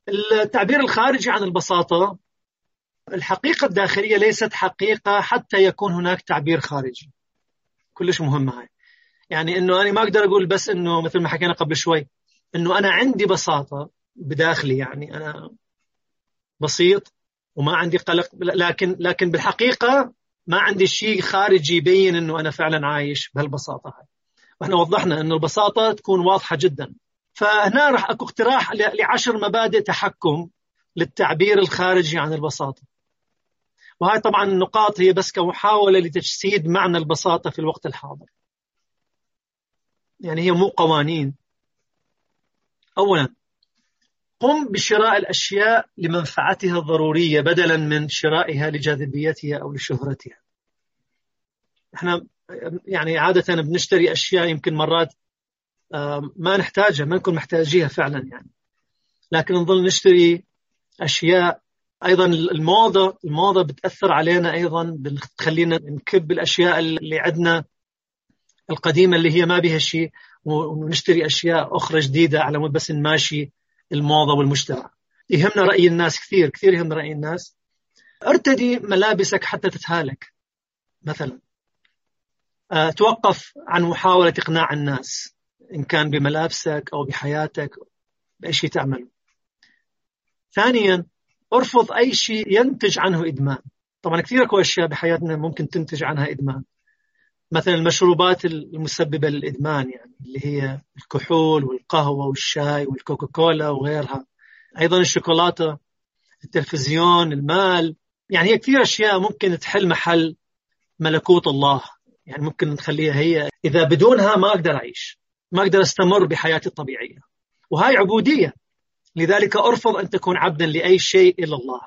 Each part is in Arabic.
التعبير الخارجي عن البساطة، الحقيقة الداخلية ليست حقيقة حتى يكون هناك تعبير خارجي. كلش مهمة هاي. يعني إنه أنا ما أقدر أقول بس إنه مثل ما حكينا قبل شوي إنه أنا عندي بساطة بداخلي، يعني أنا بسيط وما عندي قلق، لكن بالحقيقة ما عندي شيء خارجي يبين إنه أنا فعلا عايش بهالبساطة هاي. وإحنا وضحنا إنه البساطة تكون واضحة جدا. فهنا راح أكو اقتراح ل10 مبادئ تحكم للتعبير الخارجي عن البساطة. وهاي طبعا النقاط هي بس كمحاولة لتجسيد معنى البساطة في الوقت الحاضر، يعني هي مو قوانين. أولا، قم بشراء الأشياء لمنفعتها الضرورية بدلا من شرائها لجاذبيتها أو لشهرتها. احنا يعني عادة بنشتري أشياء يمكن مرات ما نحتاجها، ما نكون محتاجيها فعلا يعني، لكن نظل نشتري أشياء. أيضا الموضة بتأثر علينا أيضا، بتخلينا نكب الأشياء اللي عندنا القديمة اللي هي ما بها شيء، ونشتري أشياء أخرى جديدة على مود بس نماشي الموضة والمجتمع. يهمنا رأي الناس، كثير كثير يهمنا رأي الناس. ارتدي ملابسك حتى تتهالك مثلا. توقف عن محاولة إقناع الناس، إن كان بملابسك أو بحياتك، بأي شيء تعمله. ثانيا، ارفض أي شيء ينتج عنه إدمان. طبعا كثير أكو أشياء بحياتنا ممكن تنتج عنها إدمان، مثلا المشروبات المسببة للإدمان، يعني اللي هي الكحول والقهوة والشاي والكوكاكولا وغيرها. أيضا الشوكولاتة، التلفزيون، المال. يعني هي كثير أشياء ممكن تحل محل ملكوت الله، يعني ممكن نخليها هي، إذا بدونها ما أقدر أعيش، ما أقدر أستمر بحياتي الطبيعية، وهاي عبودية. لذلك أرفض أن تكون عبدا لأي شيء إلا الله.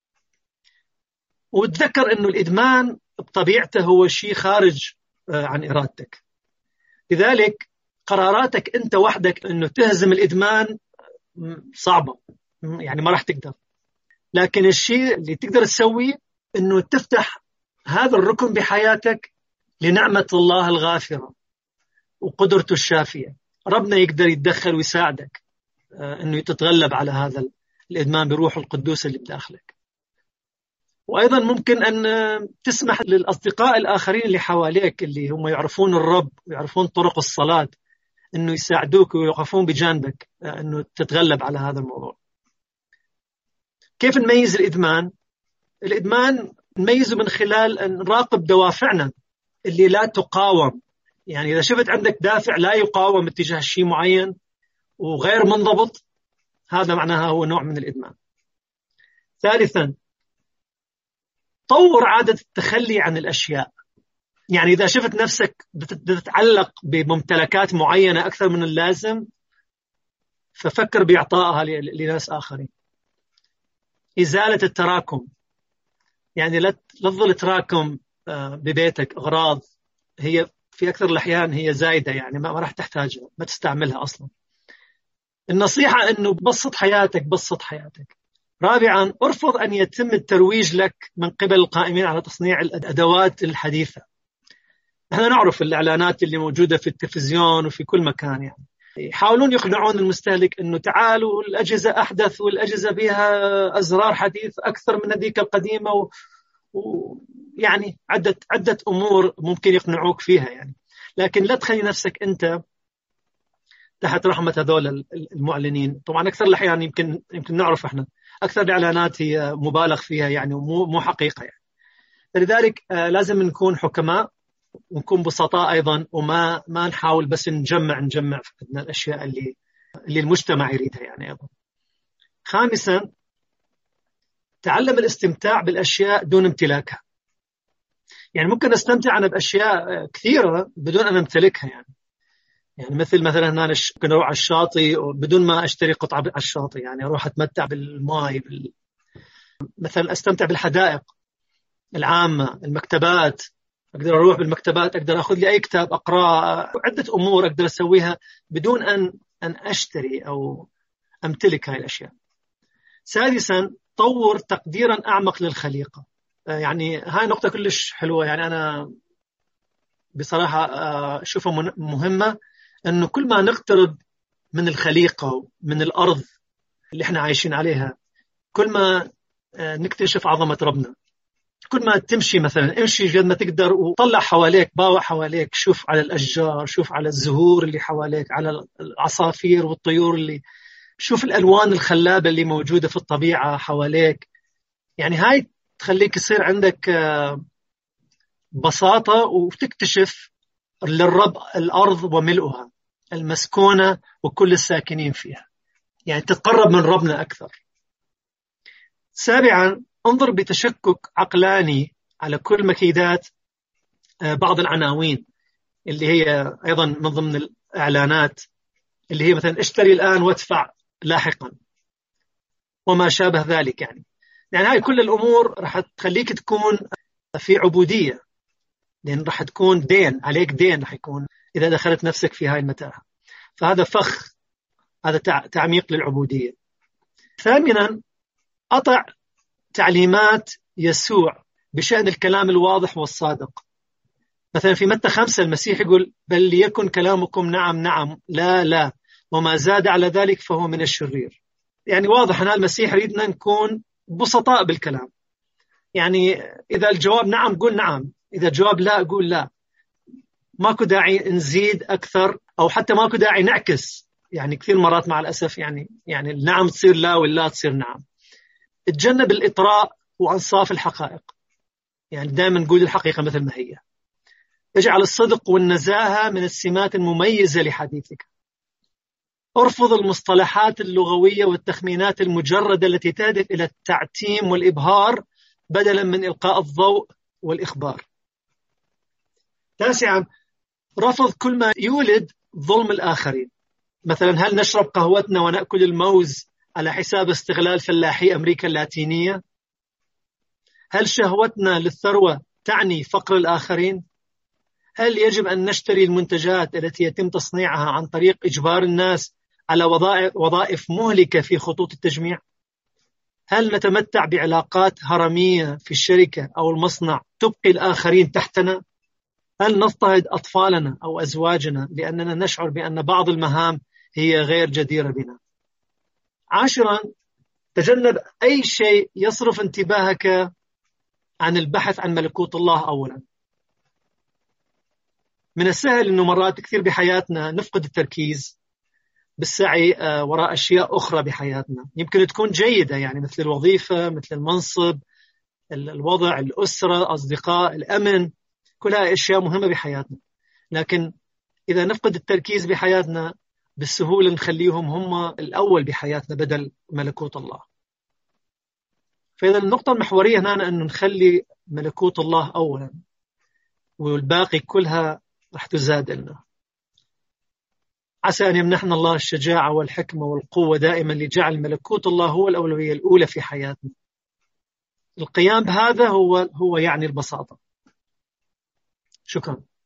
وتذكر أنه الإدمان بطبيعته هو شيء خارج عن إرادتك، لذلك قراراتك أنت وحدك أنه تهزم الإدمان صعبة، يعني ما راح تقدر. لكن الشيء اللي تقدر تسويه أنه تفتح هذا الركن بحياتك لنعمة الله الغافرة وقدرته الشافية. ربنا يقدر يتدخل ويساعدك أنه تتغلب على هذا الإدمان بروح القدوس اللي بداخلك. وأيضا ممكن أن تسمح للأصدقاء الآخرين اللي حواليك اللي هم يعرفون الرب ويعرفون طرق الصلاة أنه يساعدوك ويوقفون بجانبك أنه تتغلب على هذا الموضوع. كيف نميز الإدمان؟ الإدمان نميزه من خلال أن نراقب دوافعنا اللي لا تقاوم. يعني إذا شفت عندك دافع لا يقاوم اتجاه شيء معين وغير منضبط، هذا معناها هو نوع من الإدمان. ثالثا، طور عادة التخلي عن الأشياء. يعني إذا شفت نفسك بتتعلق بممتلكات معينة أكثر من اللازم، ففكر بإعطائها لناس آخرين. إزالة التراكم، يعني لا تظل تراكم ببيتك أغراض هي في أكثر الأحيان هي زايدة، يعني ما راح تحتاجها، ما تستعملها أصلا. النصيحة أنه بسط حياتك، بسط حياتك. رابعا، ارفض أن يتم الترويج لك من قبل القائمين على تصنيع الأدوات الحديثة. احنا نعرف الإعلانات اللي موجودة في التلفزيون وفي كل مكان، يعني يحاولون يقنعون المستهلك أنه تعالوا الأجهزة أحدث والأجهزة بها أزرار حديث أكثر من هذيك القديمة، ويعني عدة أمور ممكن يقنعوك فيها يعني. لكن لا تخلي نفسك أنت تحت رحمة هذول المعلنين. طبعا أكثر الأحيان يمكن نعرف إحنا أكثر الإعلانات هي مبالغ فيها يعني ومو حقيقة يعني. لذلك لازم نكون حكماء ونكون بسطاء أيضا، وما نحاول بس نجمع الأشياء اللي المجتمع يريدها يعني أيضا. خامسا، تعلم الاستمتاع بالأشياء دون امتلاكها. يعني ممكن أستمتع أنا بأشياء كثيرة بدون أن أمتلكها، يعني مثلا أنا ممكن أروح على الشاطئ بدون ما أشتري قطعة على الشاطئ، يعني أروح أتمتع بالماء مثلا أستمتع بالحدائق العامة، المكتبات، أقدر أروح بالمكتبات، أقدر أخذ لي أي كتاب أقرأ. عدة أمور أقدر أسويها بدون أن أشتري أو أمتلك هاي الأشياء. سادسا، طور تقديرا أعمق للخليقة. يعني هاي نقطة كلش حلوة، يعني أنا بصراحة أشوفها مهمة، أنه كل ما نقترب من الخليقة ومن الأرض اللي احنا عايشين عليها، كل ما نكتشف عظمة ربنا، كل ما تمشي مثلا امشي قد ما تقدر وطلع حواليك، باوع حواليك، شوف على الأشجار، شوف على الزهور اللي حواليك، على العصافير والطيور اللي، شوف الألوان الخلابة اللي موجودة في الطبيعة حواليك. يعني هاي تخليك يصير عندك بساطة، وتكتشف للرب الأرض وملؤها المسكونة وكل الساكنين فيها، يعني تتقرب من ربنا أكثر. سابعا، انظر بتشكك عقلاني على كل مكيدات بعض العناوين اللي هي أيضا من ضمن الإعلانات، اللي هي مثلا اشتري الآن وادفع لاحقا وما شابه ذلك. يعني هاي كل الأمور رح تخليك تكون في عبودية، لأن رح تكون دين عليك، دين رح يكون إذا دخلت نفسك في هاي المتاهة. فهذا فخ، هذا تعميق للعبودية. ثامنا، قطع تعليمات يسوع بشأن الكلام الواضح والصادق. مثلا في متى 5 المسيح يقول بل ليكن كلامكم نعم نعم لا لا، وما زاد على ذلك فهو من الشرير. يعني واضح أن المسيح يريدنا نكون بسطاء بالكلام. يعني إذا الجواب نعم قول نعم، إذا الجواب لا قول لا. ماكو داعي نزيد أكثر، أو حتى ماكو داعي نعكس. يعني كثير مرات مع الأسف يعني النعم تصير لا واللا تصير نعم. تجنب الإطراء وأنصاف الحقائق، يعني دائما نقول الحقيقة مثل ما هي. اجعل الصدق والنزاهة من السمات المميزة لحديثك. ارفض المصطلحات اللغوية والتخمينات المجردة التي تهدف إلى التعتيم والإبهار بدلا من إلقاء الضوء والإخبار. تاسعا، رفض كل ما يولد ظلم الآخرين. مثلا هل نشرب قهوتنا ونأكل الموز على حساب استغلال فلاحي أمريكا اللاتينية؟ هل شهوتنا للثروة تعني فقر الآخرين؟ هل يجب أن نشتري المنتجات التي يتم تصنيعها عن طريق إجبار الناس على وظائف مهلكة في خطوط التجميع؟ هل نتمتع بعلاقات هرمية في الشركة أو المصنع تبقي الآخرين تحتنا؟ هل نضطهد أطفالنا أو أزواجنا لأننا نشعر بأن بعض المهام هي غير جديرة بنا؟ عاشرا، تجنب أي شيء يصرف انتباهك عن البحث عن ملكوت الله أولا. من السهل أنه مرات كثير بحياتنا نفقد التركيز بالسعي وراء أشياء أخرى بحياتنا يمكن تكون جيدة، يعني مثل الوظيفة، مثل المنصب، الوضع، الأسرة، أصدقاء، الأمن، كلها أشياء مهمة بحياتنا. لكن إذا نفقد التركيز بحياتنا بالسهولة نخليهم هم الأول بحياتنا بدل ملكوت الله. فإذا النقطة المحورية هنا أنه نخلي ملكوت الله أولا، والباقي كلها رح تزاد لنا. عسى أن يمنحنا الله الشجاعة والحكمة والقوة دائما لجعل ملكوت الله هو الأولوية الأولى في حياتنا. القيام بهذا هو يعني البساطة. شكرا.